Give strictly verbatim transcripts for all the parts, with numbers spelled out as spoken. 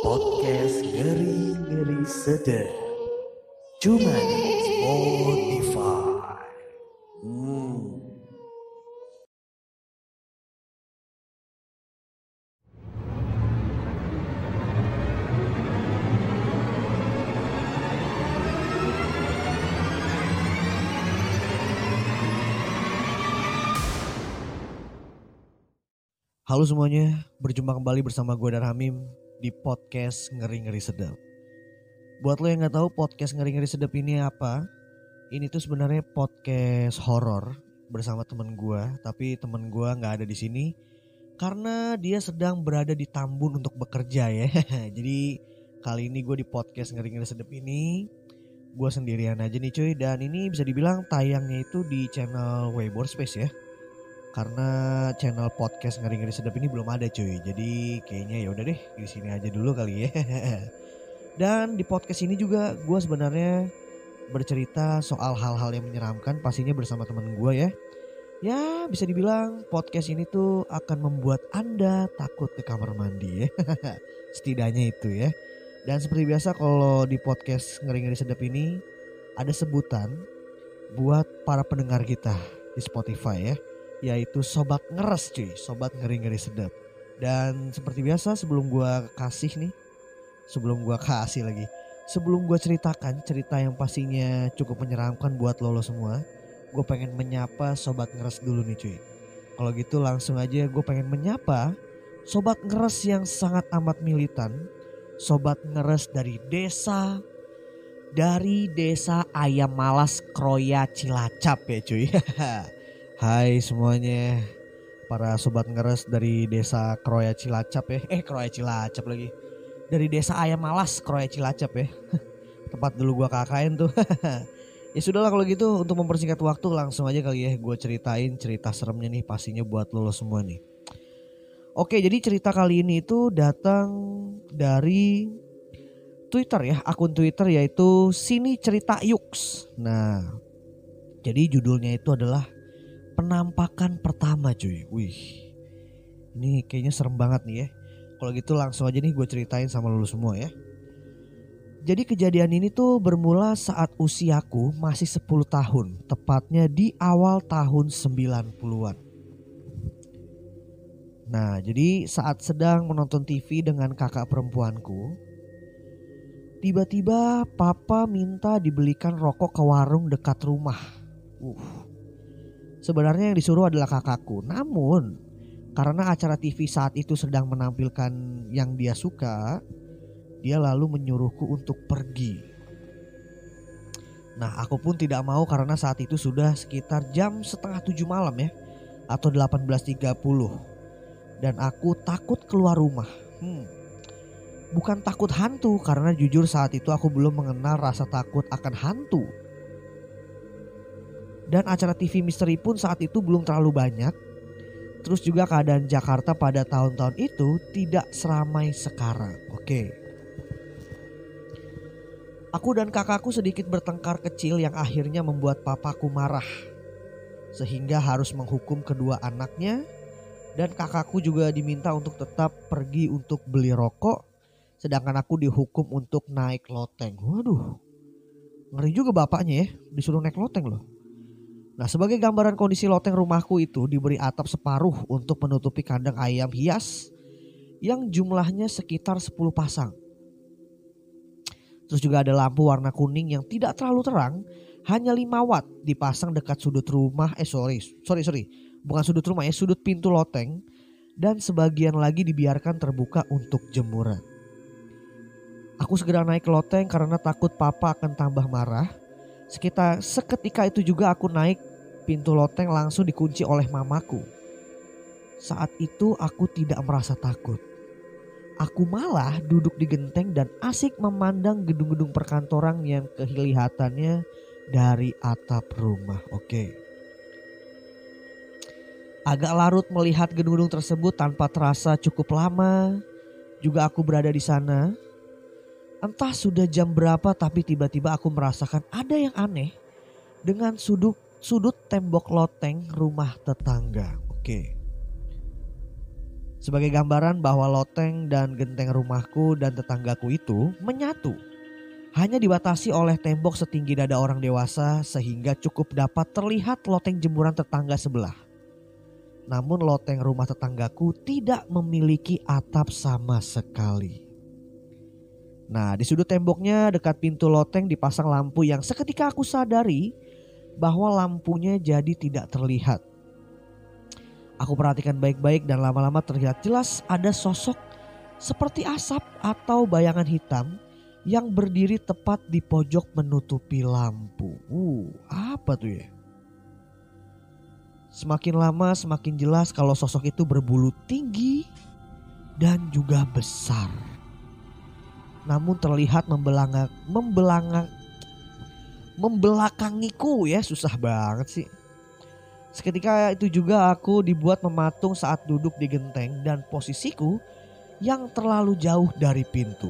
Podcast ngeri-ngeri sedap. Cuma di Spotify. Hmm. Halo semuanya, berjumpa kembali bersama gue dan Hamim di podcast Ngeri-Ngeri Sedap. Buat lo yang gak tahu podcast Ngeri-Ngeri Sedap ini apa, ini tuh sebenarnya podcast horor bersama temen gue, tapi temen gue gak ada di sini karena dia sedang berada di Tambun untuk bekerja ya. Jadi kali ini gue di podcast Ngeri-Ngeri Sedap ini gue sendirian aja nih cuy, dan ini bisa dibilang tayangnya itu di channel Weibo Space ya. Karena channel podcast Ngeri-Ngeri Sedap ini belum ada cuy. Jadi kayaknya ya udah deh di sini aja dulu kali ya. Dan di podcast ini juga gue sebenarnya bercerita soal hal-hal yang menyeramkan, pastinya bersama teman gue ya. Ya bisa dibilang podcast ini tuh akan membuat Anda takut ke kamar mandi ya. Setidaknya itu ya. Dan seperti biasa kalau di podcast Ngeri-Ngeri Sedap ini ada sebutan buat para pendengar kita di Spotify ya, yaitu Sobat Ngeres cuy, Sobat Ngeri-Ngeri Sedap. Dan seperti biasa sebelum gua kasih nih, sebelum gua kasih lagi, sebelum gua ceritakan cerita yang pastinya cukup menyeramkan buat lo, lo semua, gue pengen menyapa Sobat Ngeres dulu nih cuy. Kalau gitu langsung aja gue pengen menyapa Sobat Ngeres yang sangat amat militan, Sobat Ngeres dari desa dari desa Ayam Malas Kroya Cilacap ya cuy. Hai semuanya, para sobat ngeres dari desa Kroya Cilacap ya. Eh Kroya Cilacap lagi. Dari desa Ayam Malas Kroya Cilacap ya. Tempat dulu gua K K N tuh. Ya sudahlah kalau gitu, untuk mempersingkat waktu langsung aja kali ya gue ceritain cerita seremnya nih pastinya buat lo semua nih. Oke, jadi cerita kali ini itu datang dari Twitter ya, akun Twitter yaitu Sini Cerita Yuks. Nah, jadi judulnya itu adalah Penampakan Pertama cuy. Wih, ini kayaknya serem banget nih ya. Kalau gitu langsung aja nih gue ceritain sama lu semua ya. Jadi kejadian ini tuh bermula saat usiaku masih sepuluh tahun. Tepatnya di awal tahun sembilan puluhan. Nah jadi saat sedang menonton T V dengan kakak perempuanku, tiba-tiba papa minta dibelikan rokok ke warung dekat rumah. Uh. Sebenarnya yang disuruh adalah kakakku. Namun karena acara T V saat itu sedang menampilkan yang dia suka, dia lalu menyuruhku untuk pergi. Nah aku pun tidak mau karena saat itu sudah sekitar jam setengah tujuh malam ya, atau delapan belas tiga puluh. Dan aku takut keluar rumah. Hmm. Bukan takut hantu, karena jujur saat itu aku belum mengenal rasa takut akan hantu. Dan acara T V misteri pun saat itu belum terlalu banyak. Terus juga keadaan Jakarta pada tahun-tahun itu tidak seramai sekarang. Oke. Aku dan kakakku sedikit bertengkar kecil yang akhirnya membuat papaku marah. Sehingga harus menghukum kedua anaknya. Dan kakakku juga diminta untuk tetap pergi untuk beli rokok. Sedangkan aku dihukum untuk naik loteng. Waduh, ngeri juga bapaknya ya, disuruh naik loteng loh. Nah sebagai gambaran kondisi loteng rumahku itu diberi atap separuh untuk menutupi kandang ayam hias yang jumlahnya sekitar sepuluh pasang. Terus juga ada lampu warna kuning yang tidak terlalu terang, hanya lima watt, dipasang dekat sudut rumah, eh sorry, sorry, sorry, bukan sudut rumah ya, sudut pintu loteng. Dan sebagian lagi dibiarkan terbuka untuk jemuran. Aku segera naik ke loteng karena takut papa akan tambah marah. Sekitar seketika itu juga aku naik, pintu loteng langsung dikunci oleh mamaku. Saat itu aku tidak merasa takut. Aku malah duduk di genteng dan asik memandang gedung-gedung perkantoran yang kelihatannya dari atap rumah. Oke. Agak larut melihat gedung-gedung tersebut tanpa terasa cukup lama. Juga aku berada di sana. Entah sudah jam berapa tapi tiba-tiba aku merasakan ada yang aneh dengan sudut sudut tembok loteng rumah tetangga. Oke. Sebagai gambaran bahwa loteng dan genteng rumahku dan tetanggaku itu menyatu. Hanya dibatasi oleh tembok setinggi dada orang dewasa sehingga cukup dapat terlihat loteng jemuran tetangga sebelah. Namun loteng rumah tetanggaku tidak memiliki atap sama sekali. Nah, di sudut temboknya dekat pintu loteng dipasang lampu yang seketika aku sadari bahwa lampunya jadi tidak terlihat. Aku perhatikan baik-baik dan lama-lama terlihat jelas ada sosok seperti asap atau bayangan hitam yang berdiri tepat di pojok menutupi lampu. Uh, apa tuh ya? Semakin lama semakin jelas kalau sosok itu berbulu tinggi dan juga besar. Namun terlihat membelangak, membelangak, membelakangiku ya, susah banget sih. Seketika itu juga aku dibuat mematung saat duduk di genteng dan posisiku yang terlalu jauh dari pintu.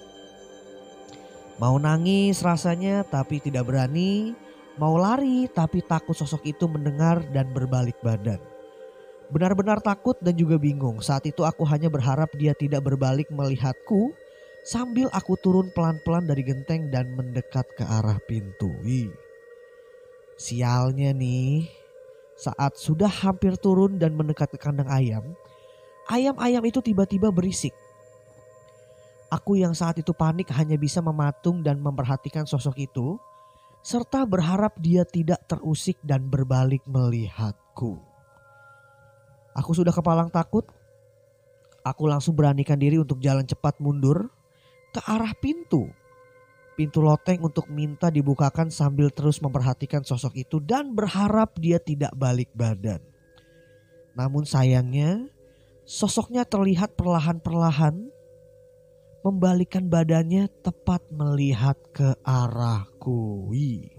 Mau nangis rasanya tapi tidak berani, mau lari tapi takut sosok itu mendengar dan berbalik badan. Benar-benar takut dan juga bingung. Saat itu aku hanya berharap dia tidak berbalik melihatku sambil aku turun pelan-pelan dari genteng dan mendekat ke arah pintu. Wih. Sialnya nih. Saat sudah hampir turun dan mendekat ke kandang ayam, ayam-ayam itu tiba-tiba berisik. Aku yang saat itu panik hanya bisa mematung dan memperhatikan sosok itu, serta berharap dia tidak terusik dan berbalik melihatku. Aku sudah kepalang takut, aku langsung beranikan diri untuk jalan cepat mundur ke arah pintu. Pintu loteng untuk minta dibukakan sambil terus memperhatikan sosok itu dan berharap dia tidak balik badan. Namun sayangnya sosoknya terlihat perlahan-perlahan membalikkan badannya tepat melihat ke arahku. Wih.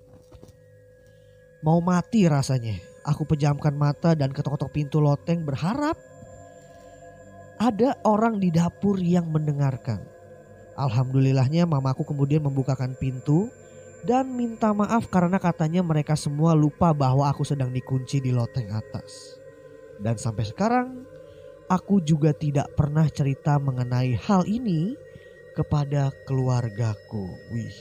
Mau mati rasanya. Aku pejamkan mata dan ketok-ketok pintu loteng berharap ada orang di dapur yang mendengarkan. Alhamdulillahnya mamaku kemudian membukakan pintu dan minta maaf karena katanya mereka semua lupa bahwa aku sedang dikunci di loteng atas. Dan sampai sekarang aku juga tidak pernah cerita mengenai hal ini kepada keluargaku. Wih.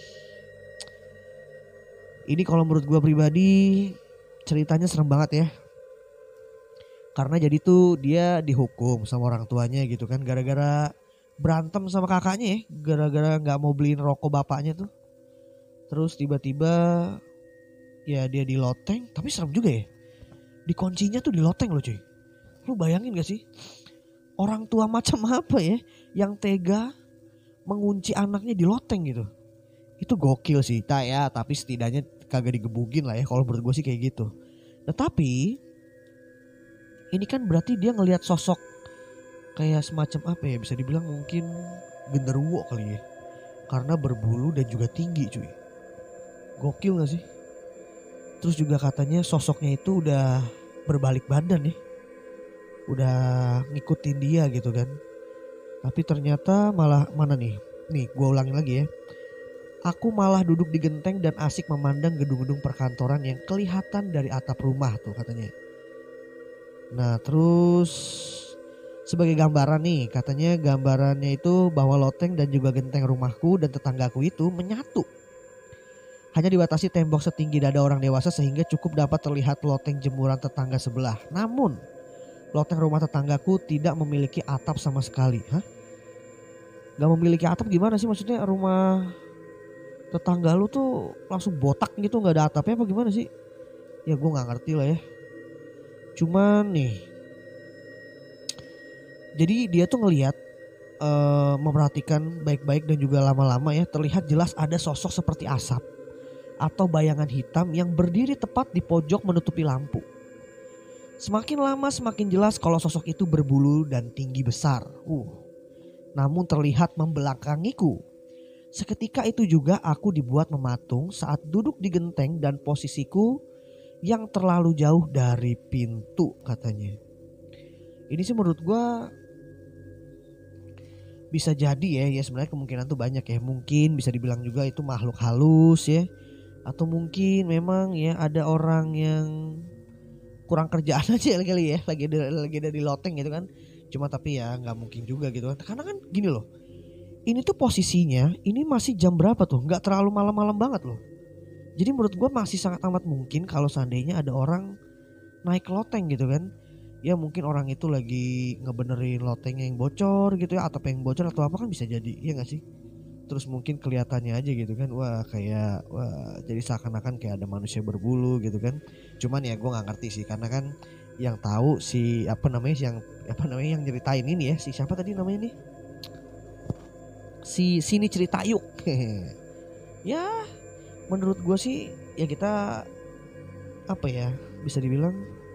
Ini kalau menurut gue pribadi ceritanya serem banget ya. Karena jadi tuh dia dihukum sama orang tuanya gitu kan gara-gara berantem sama kakaknya ya, gara-gara gak mau beliin rokok bapaknya tuh. Terus tiba-tiba ya dia di loteng, tapi serem juga ya. Dikuncinya tuh di loteng loh cuy. Lu bayangin gak sih? Orang tua macam apa ya yang tega mengunci anaknya di loteng gitu. Itu gokil sih, tak ya, tapi setidaknya kagak digebugin lah ya kalau menurut gue sih kayak gitu. Nah tapi ini kan berarti dia ngelihat sosok kayak semacam apa ya, bisa dibilang mungkin genderuwo kali ya. Karena berbulu dan juga tinggi cuy. Gokil gak sih? Terus juga katanya sosoknya itu udah berbalik badan ya. Udah ngikutin dia gitu kan. Tapi ternyata malah mana nih? Nih gue ulangin lagi ya. Aku malah duduk di genteng dan asik memandang gedung-gedung perkantoran yang kelihatan dari atap rumah tuh katanya. Nah terus sebagai gambaran nih, katanya gambarannya itu bahwa loteng dan juga genteng rumahku dan tetanggaku itu menyatu. Hanya dibatasi tembok setinggi dada orang dewasa sehingga cukup dapat terlihat loteng jemuran tetangga sebelah. Namun loteng rumah tetanggaku tidak memiliki atap sama sekali. Hah? Gak memiliki atap gimana sih? Maksudnya rumah tetangga lu tuh langsung botak gitu gak ada atapnya apa gimana sih? Ya gue gak ngerti lah ya. Cuman nih, jadi dia tuh ngelihat uh, memperhatikan baik-baik dan juga lama-lama ya terlihat jelas ada sosok seperti asap atau bayangan hitam yang berdiri tepat di pojok menutupi lampu. Semakin lama semakin jelas kalau sosok itu berbulu dan tinggi besar. Uh, namun terlihat membelakangiku. Seketika itu juga aku dibuat mematung saat duduk di genteng dan posisiku yang terlalu jauh dari pintu katanya. Ini sih menurut gue bisa jadi ya, ya sebenarnya kemungkinan tuh banyak ya. Mungkin bisa dibilang juga itu makhluk halus ya. Atau mungkin memang ya ada orang yang kurang kerjaan aja kali ya. Lagi ada, lagi ada di loteng gitu kan. Cuma tapi ya nggak mungkin juga gitu kan. Karena kan gini loh. Ini tuh posisinya ini masih jam berapa tuh? Nggak terlalu malam-malam banget loh. Jadi menurut gue masih sangat amat mungkin kalau seandainya ada orang naik loteng gitu kan. Ya mungkin orang itu lagi ngebenerin lotengnya yang bocor gitu ya. Atau pengen bocor atau apa kan bisa jadi. Iya gak sih? Terus mungkin kelihatannya aja gitu kan. Wah kayak wah jadi seakan-akan kayak ada manusia berbulu gitu kan. Cuman ya gue gak ngerti sih. Karena kan yang tahu si apa namanya yang apa namanya yang nyeritain ini ya. Si siapa tadi namanya nih? Si Sini Cerita Yuk. Ya menurut gue sih ya kita apa ya bisa dibilang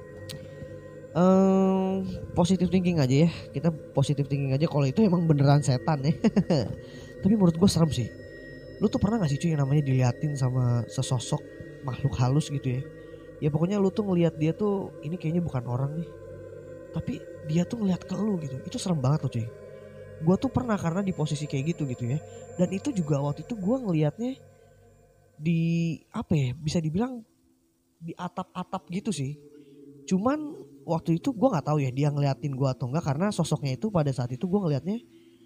um, positive thinking aja ya. Kita positive thinking aja kalau itu emang beneran setan ya. Tapi menurut gue serem sih. Lu tuh pernah gak sih cuy yang namanya diliatin sama sesosok makhluk halus gitu ya. Ya pokoknya lu tuh ngelihat dia tuh ini kayaknya bukan orang nih. Tapi dia tuh ngeliat ke lu gitu. Itu serem banget loh cuy. Gue tuh pernah karena di posisi kayak gitu gitu ya. Dan itu juga waktu itu gue ngelihatnya di apa ya bisa dibilang di atap-atap gitu sih. Cuman waktu itu gue nggak tahu ya dia ngeliatin gue atau enggak karena sosoknya itu pada saat itu gue ngelihatnya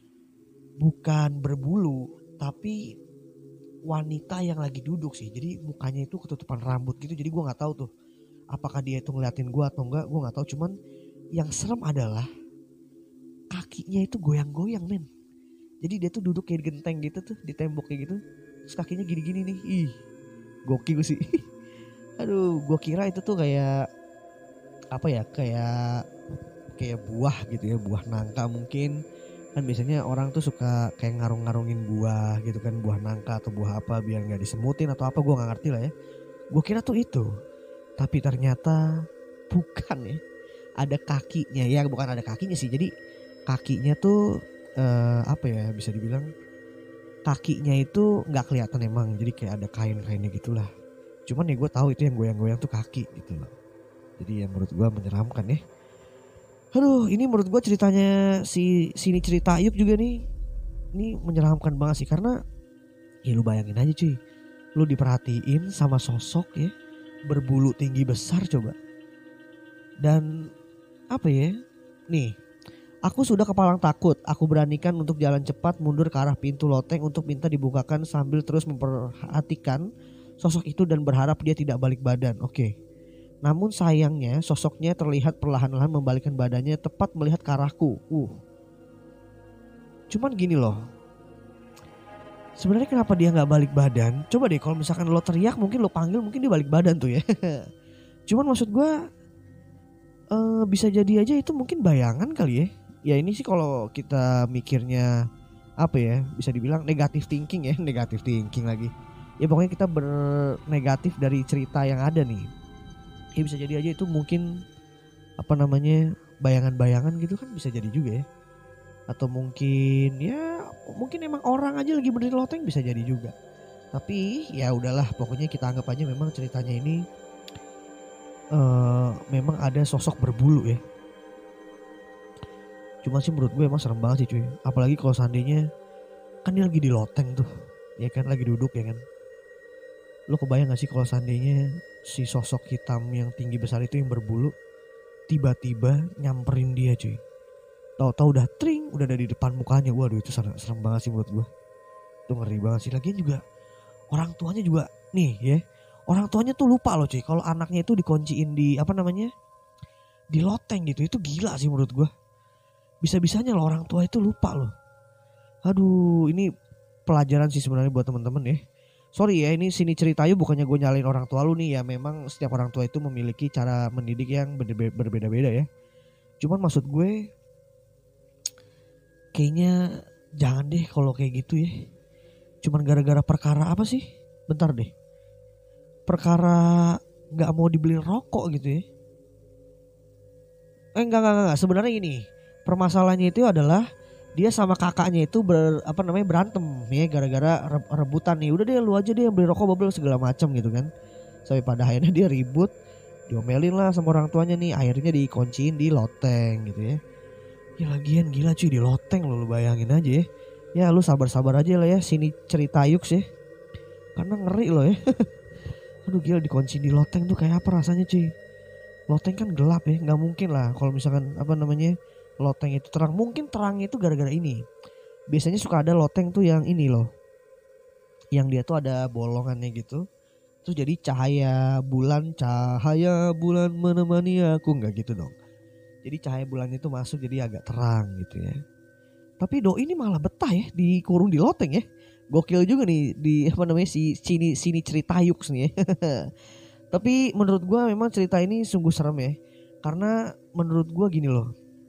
bukan berbulu tapi wanita yang lagi duduk sih. Jadi mukanya itu ketutupan rambut gitu. Jadi gue nggak tahu tuh apakah dia itu ngeliatin gue atau enggak. Gue nggak tahu. Cuman yang serem adalah kakinya itu goyang-goyang men. Jadi dia tuh duduk kayak genteng gitu tuh di tembok kayak gitu. Terus kakinya gini-gini nih. Ih gokil sih. Aduh gue kira itu tuh kayak apa ya kayak kayak buah gitu ya. Buah nangka mungkin. Kan biasanya orang tuh suka kayak ngarung-ngarungin buah gitu kan. Buah nangka atau buah apa biar gak disemutin atau apa. Gue gak ngerti lah ya. Gue kira tuh itu. Tapi ternyata bukan ya. Ada kakinya ya bukan ada kakinya sih. Jadi kakinya tuh eh, apa ya bisa dibilang kakinya itu nggak kelihatan emang jadi kayak ada kain-kainnya gitulah. Cuman ya gue tahu itu yang goyang-goyang tuh kaki gitu loh. Jadi ya menurut gue menyeramkan ya. Aduh ini menurut gue ceritanya si Sini Cerita Ayub juga nih ini menyeramkan banget sih karena ya lu bayangin aja cuy. Lu diperhatiin sama sosok ya berbulu tinggi besar coba. Dan apa ya nih. Aku sudah kepalang takut, aku beranikan untuk jalan cepat mundur ke arah pintu loteng untuk minta dibukakan sambil terus memperhatikan sosok itu dan berharap dia tidak balik badan. Oke. Namun sayangnya sosoknya terlihat perlahan-lahan membalikkan badannya tepat melihat ke arahku. Uh. Cuman gini loh. Sebenarnya kenapa dia gak balik badan? Coba deh kalau misalkan lo teriak mungkin lo panggil mungkin dia balik badan tuh ya. Cuman maksud gue uh, bisa jadi aja itu mungkin bayangan kali ya. Ya ini sih kalau kita mikirnya apa ya bisa dibilang negatif thinking ya. Negatif thinking lagi. Ya pokoknya kita bernegatif dari cerita yang ada nih. Ya bisa jadi aja itu mungkin apa namanya bayangan-bayangan gitu kan bisa jadi juga ya. Atau mungkin ya mungkin emang orang aja lagi berdiri loteng bisa jadi juga. Tapi ya udahlah pokoknya kita anggap aja memang ceritanya ini uh, memang ada sosok berbulu ya. Cuma sih menurut gue emang serem banget sih cuy. Apalagi kalau seandainya kan dia lagi di loteng tuh. Ya kan lagi duduk ya kan. Lo kebayang gak sih kalau seandainya si sosok hitam yang tinggi besar itu yang berbulu tiba-tiba nyamperin dia cuy. Tahu-tahu udah tring, udah ada di depan mukanya. Waduh itu serem, serem banget sih menurut gue. Itu ngeri banget sih. Lagian juga orang tuanya juga nih ya. Orang tuanya tuh lupa loh cuy. Kalau anaknya itu dikunciin di apa namanya di loteng gitu. Itu gila sih menurut gue. Bisa-bisanya loh orang tua itu lupa loh. Aduh ini pelajaran sih sebenarnya buat teman-teman ya. Sorry ya ini Sini Cerita Ayub bukannya gue nyalain orang tua lu nih ya. Memang setiap orang tua itu memiliki cara mendidik yang berbeda-beda ya. Cuman maksud gue kayaknya jangan deh kalau kayak gitu ya. Cuman gara-gara perkara apa sih? Bentar deh. Perkara gak mau dibeliin rokok gitu ya. Eh enggak enggak enggak sebenarnya gini. Permasalahannya itu adalah dia sama kakaknya itu ber, apa namanya berantem ya gara-gara rebutan nih. Udah deh lu aja deh yang beli rokok bobel segala macam gitu kan. Sampai pada akhirnya dia ribut, diomelin lah sama orang tuanya nih. Akhirnya dikunciin di loteng gitu ya. Ya lagian gila cuy di loteng lo, lu bayangin aja ya. Ya lu sabar-sabar aja lah ya Sini Cerita Ayub sih. Karena ngeri loh ya. Aduh gila dikunciin di loteng tuh kayak apa rasanya cuy. Loteng kan gelap ya, nggak mungkin lah kalau misalkan apa namanya loteng itu terang. Mungkin terangnya itu gara-gara ini. Biasanya suka ada loteng tuh yang ini loh, yang dia tuh ada bolongannya gitu. Terus jadi cahaya bulan, cahaya bulan menemani aku, nggak gitu dong. Jadi cahaya bulannya itu masuk jadi agak terang gitu ya. Tapi Doi ini malah betah ya dikurung di loteng ya. Gokil juga nih di apa namanya si sini sini cerita Yuks nih ya. Tapi menurut gue memang cerita ini sungguh serem ya. Karena menurut gue gini loh.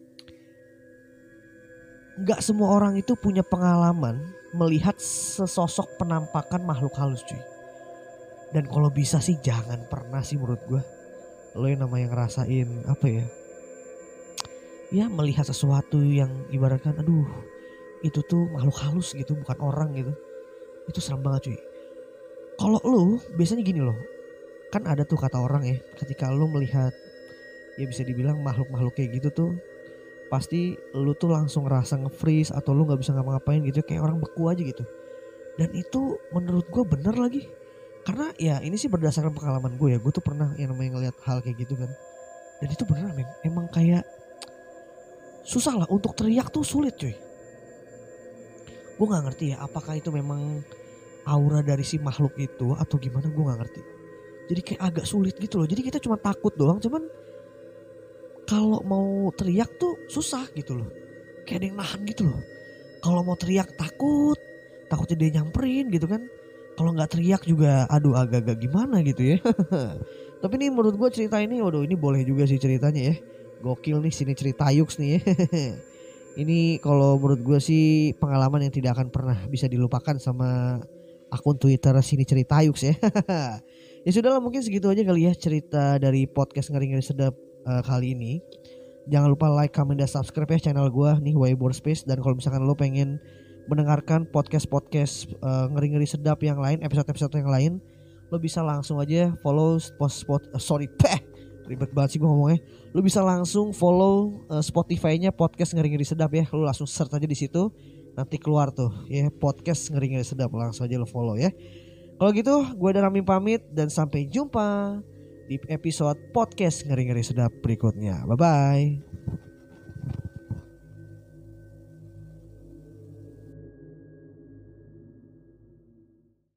Gak semua orang itu punya pengalaman melihat sesosok penampakan makhluk halus cuy. Dan kalau bisa sih jangan pernah sih menurut gue. Lo yang namanya ngerasain apa ya. Ya melihat sesuatu yang ibaratkan aduh itu tuh makhluk halus gitu, bukan orang gitu. Itu serem banget cuy. Kalau lo biasanya gini loh. Kan ada tuh kata orang ya, ketika lo melihat ya bisa dibilang makhluk-makhluk kayak gitu tuh pasti lo tuh langsung ngerasa nge-freeze atau lo gak bisa ngapa-ngapain gitu, kayak orang beku aja gitu. Dan itu menurut gue bener lagi. Karena ya ini sih berdasarkan pengalaman gue ya, gue tuh pernah yang namanya ngeliat hal kayak gitu kan. Dan itu beneran men, emang kayak susah lah untuk teriak tuh sulit cuy. Gue gak ngerti ya apakah itu memang aura dari si makhluk itu atau gimana, gue gak ngerti. Jadi kayak agak sulit gitu loh. Jadi kita cuma takut doang, cuman kalau mau teriak tuh susah gitu loh. Kayak ada yang nahan gitu loh. Kalau mau teriak takut, takutnya dia nyamperin gitu kan. Kalau gak teriak juga aduh agak-agak gimana gitu ya. Tapi nih menurut gue cerita ini, waduh ini boleh juga sih ceritanya ya. Gokil nih sini cerita Yuks nih ya. Ini kalau menurut gue sih pengalaman yang tidak akan pernah bisa dilupakan sama akun Twitter sini cerita Yuks ya. Ya sudah lah, mungkin segitu aja kali ya cerita dari podcast ngeri-ngeri sedap uh, kali ini. Jangan lupa like, comment, dan subscribe ya channel gue nih Weibo Space. Dan kalau misalkan lo pengen mendengarkan podcast-podcast uh, ngeri-ngeri sedap yang lain, episode-episode yang lain, lo bisa langsung aja follow post spot uh, sorry peh ribet banget sih gue ngomongnya. Lo bisa langsung follow uh, Spotify-nya podcast ngeri-ngeri sedap ya. Lo langsung search aja di situ, nanti keluar tuh ya podcast ngeri-ngeri sedap, langsung aja lo follow ya. Kalau gitu gue dan Ramim pamit dan sampai jumpa di episode podcast ngeri-ngeri sedap berikutnya. Bye bye.